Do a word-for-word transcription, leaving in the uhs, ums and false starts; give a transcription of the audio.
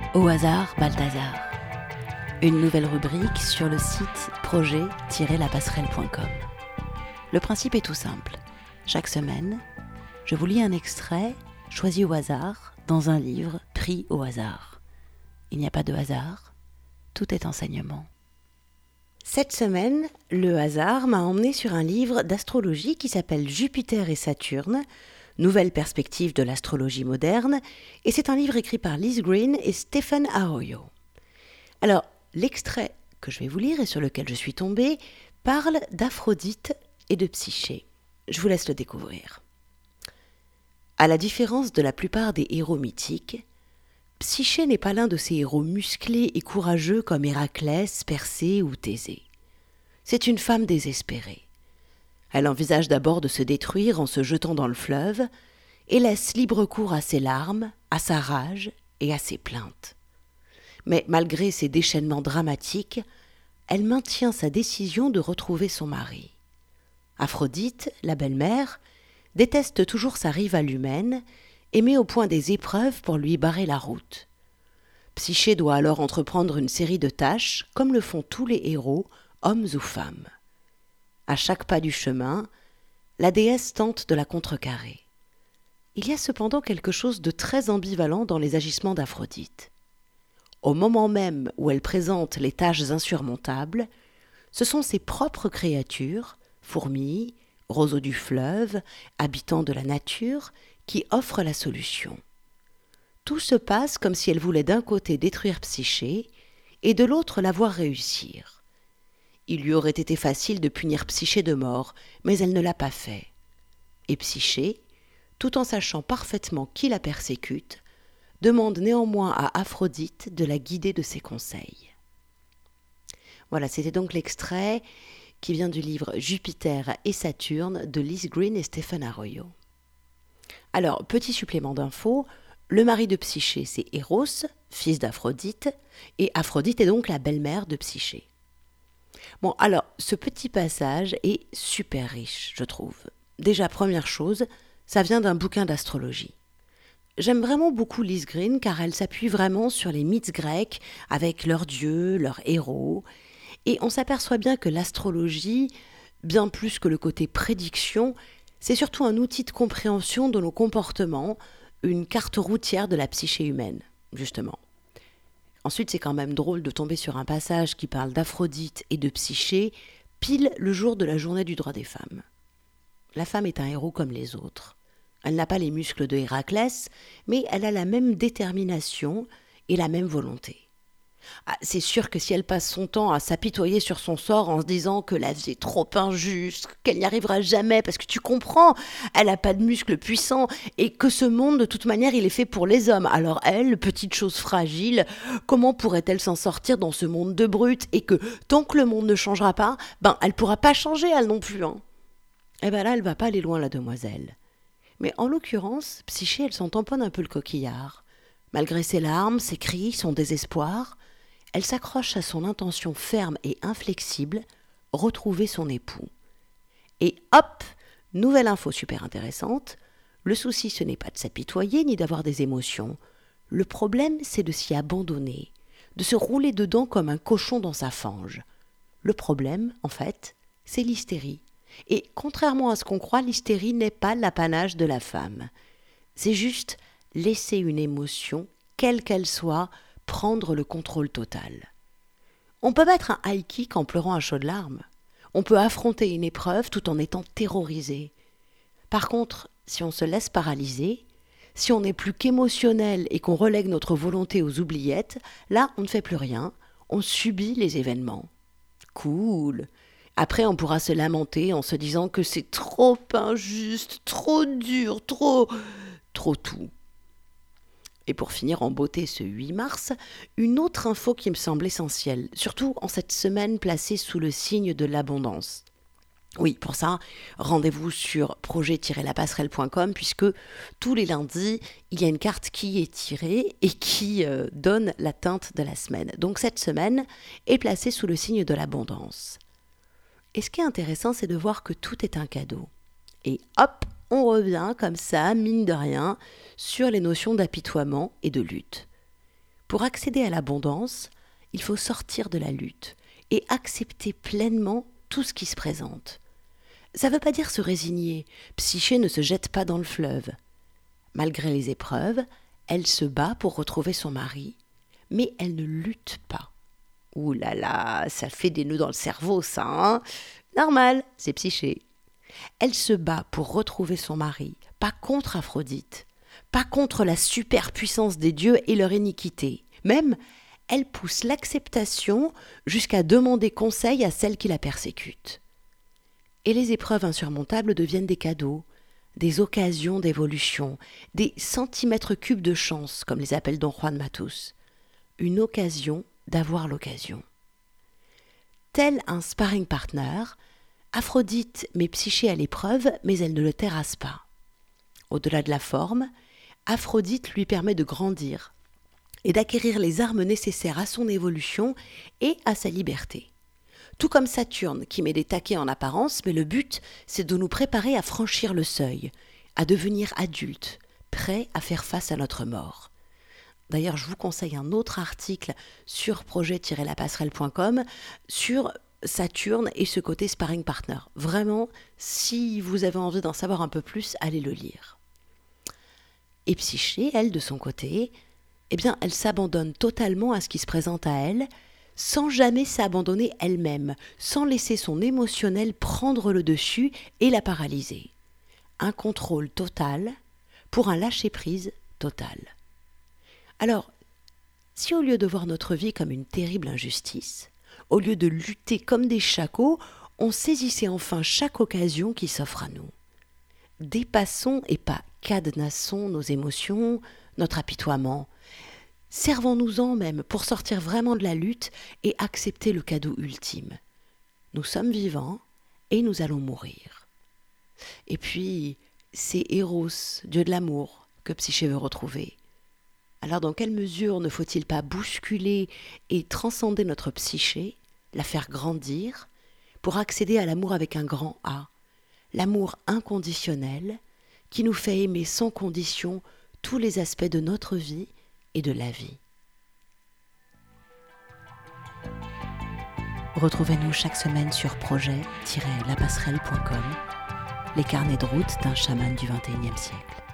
Au hasard, Balthazar. Une nouvelle rubrique sur le site projet tiret la passerelle point com. Le principe est tout simple. Chaque semaine, je vous lis un extrait choisi au hasard dans un livre pris au hasard. Il n'y a pas de hasard, tout est enseignement. Cette semaine, le hasard m'a emmené sur un livre d'astrologie qui s'appelle Jupiter et Saturne, nouvelle perspective de l'astrologie moderne, et c'est un livre écrit par Liz Green et Stephen Arroyo. Alors, l'extrait que je vais vous lire et sur lequel je suis tombée parle d'Aphrodite et de Psyché. Je vous laisse le découvrir. À la différence de la plupart des héros mythiques, Psyché n'est pas l'un de ces héros musclés et courageux comme Héraclès, Persée ou Thésée. C'est une femme désespérée. Elle envisage d'abord de se détruire en se jetant dans le fleuve et laisse libre cours à ses larmes, à sa rage et à ses plaintes. Mais malgré ces déchaînements dramatiques, elle maintient sa décision de retrouver son mari. Aphrodite, la belle-mère, déteste toujours sa rivale humaine et met au point des épreuves pour lui barrer la route. Psyché doit alors entreprendre une série de tâches, comme le font tous les héros, hommes ou femmes. À chaque pas du chemin, la déesse tente de la contrecarrer. Il y a cependant quelque chose de très ambivalent dans les agissements d'Aphrodite. Au moment même où elle présente les tâches insurmontables, ce sont ses propres créatures, fourmis, roseaux du fleuve, habitants de la nature, qui offrent la solution. Tout se passe comme si elle voulait d'un côté détruire Psyché et de l'autre la voir réussir. Il lui aurait été facile de punir Psyché de mort, mais elle ne l'a pas fait. Et Psyché, tout en sachant parfaitement qui la persécute, demande néanmoins à Aphrodite de la guider de ses conseils. Voilà, c'était donc l'extrait qui vient du livre Jupiter et Saturne de Liz Green et Stephen Arroyo. Alors, petit supplément d'infos, le mari de Psyché, c'est Eros, fils d'Aphrodite, et Aphrodite est donc la belle-mère de Psyché. Bon, alors, ce petit passage est super riche, je trouve. Déjà, première chose, ça vient d'un bouquin d'astrologie. J'aime vraiment beaucoup Liz Green car elle s'appuie vraiment sur les mythes grecs avec leurs dieux, leurs héros. Et on s'aperçoit bien que l'astrologie, bien plus que le côté prédiction, c'est surtout un outil de compréhension de nos comportements, une carte routière de la psyché humaine, justement. Ensuite, c'est quand même drôle de tomber sur un passage qui parle d'Aphrodite et de Psyché, pile le jour de la journée du droit des femmes. La femme est un héros comme les autres. Elle n'a pas les muscles de Héraclès, mais elle a la même détermination et la même volonté. Ah, c'est sûr que si elle passe son temps à s'apitoyer sur son sort en se disant que la vie est trop injuste, qu'elle n'y arrivera jamais, parce que tu comprends, elle n'a pas de muscles puissants et que ce monde, de toute manière, il est fait pour les hommes. Alors elle, petite chose fragile, comment pourrait-elle s'en sortir dans ce monde de brutes et que tant que le monde ne changera pas, ben elle ne pourra pas changer, elle non plus. Hein. Et ben là, elle ne va pas aller loin, la demoiselle. Mais en l'occurrence, Psyché, elle s'en tamponne un peu le coquillard. Malgré ses larmes, ses cris, son désespoir, elle s'accroche à son intention ferme et inflexible, retrouver son époux. Et hop, nouvelle info super intéressante, le souci ce n'est pas de s'apitoyer ni d'avoir des émotions. Le problème c'est de s'y abandonner, de se rouler dedans comme un cochon dans sa fange. Le problème, en fait, c'est l'hystérie. Et contrairement à ce qu'on croit, l'hystérie n'est pas l'apanage de la femme. C'est juste laisser une émotion, quelle qu'elle soit, prendre le contrôle total. On peut mettre un high kick en pleurant à chaudes larmes. On peut affronter une épreuve tout en étant terrorisé. Par contre, si on se laisse paralyser, si on n'est plus qu'émotionnel et qu'on relègue notre volonté aux oubliettes, là, on ne fait plus rien, on subit les événements. Cool. Après, on pourra se lamenter en se disant que c'est trop injuste, trop dur, trop... trop tout. Et pour finir en beauté ce huit mars, une autre info qui me semble essentielle, surtout en cette semaine placée sous le signe de l'abondance. Oui, pour ça, rendez-vous sur projet tiret la passerelle point com puisque tous les lundis, il y a une carte qui est tirée et qui euh, donne la teinte de la semaine. Donc cette semaine est placée sous le signe de l'abondance. Et ce qui est intéressant, c'est de voir que tout est un cadeau. Et hop, on revient comme ça, mine de rien, sur les notions d'apitoiement et de lutte. Pour accéder à l'abondance, il faut sortir de la lutte et accepter pleinement tout ce qui se présente. Ça ne veut pas dire se résigner. Psyché ne se jette pas dans le fleuve. Malgré les épreuves, elle se bat pour retrouver son mari, mais elle ne lutte pas. Ouh là là, ça fait des nœuds dans le cerveau, ça, hein ? Normal, c'est Psyché. Elle se bat pour retrouver son mari, pas contre Aphrodite, pas contre la superpuissance des dieux et leur iniquité. Même, elle pousse l'acceptation jusqu'à demander conseil à celle qui la persécute. Et les épreuves insurmontables deviennent des cadeaux, des occasions d'évolution, des centimètres cubes de chance, comme les appelle Don Juan Matus. Une occasion d'avoir l'occasion. Tel un sparring partner, Aphrodite met Psyché à l'épreuve, mais elle ne le terrasse pas. Au-delà de la forme, Aphrodite lui permet de grandir et d'acquérir les armes nécessaires à son évolution et à sa liberté. Tout comme Saturne qui met des taquets en apparence, mais le but, c'est de nous préparer à franchir le seuil, à devenir adultes, prêts à faire face à notre mort. D'ailleurs, je vous conseille un autre article sur projet tiret la passerelle point com sur Saturne et ce côté sparring partner. Vraiment, si vous avez envie d'en savoir un peu plus, allez le lire. Et Psyché, elle, de son côté, eh bien, elle s'abandonne totalement à ce qui se présente à elle, sans jamais s'abandonner elle-même, sans laisser son émotionnel prendre le dessus et la paralyser. Un contrôle total pour un lâcher-prise total. Alors, si au lieu de voir notre vie comme une terrible injustice, au lieu de lutter comme des shakos, on saisissait enfin chaque occasion qui s'offre à nous. Dépassons et pas cadenassons nos émotions, notre apitoiement. Servons-nous-en même pour sortir vraiment de la lutte et accepter le cadeau ultime. Nous sommes vivants et nous allons mourir. Et puis, c'est Eros, dieu de l'amour, que Psyché veut retrouver. Alors dans quelle mesure ne faut-il pas bousculer et transcender notre psyché, la faire grandir, pour accéder à l'amour avec un grand A, l'amour inconditionnel qui nous fait aimer sans condition tous les aspects de notre vie et de la vie. Retrouvez-nous chaque semaine sur projet tiret la passerelle point com, les carnets de route d'un chaman du vingt et unième siècle.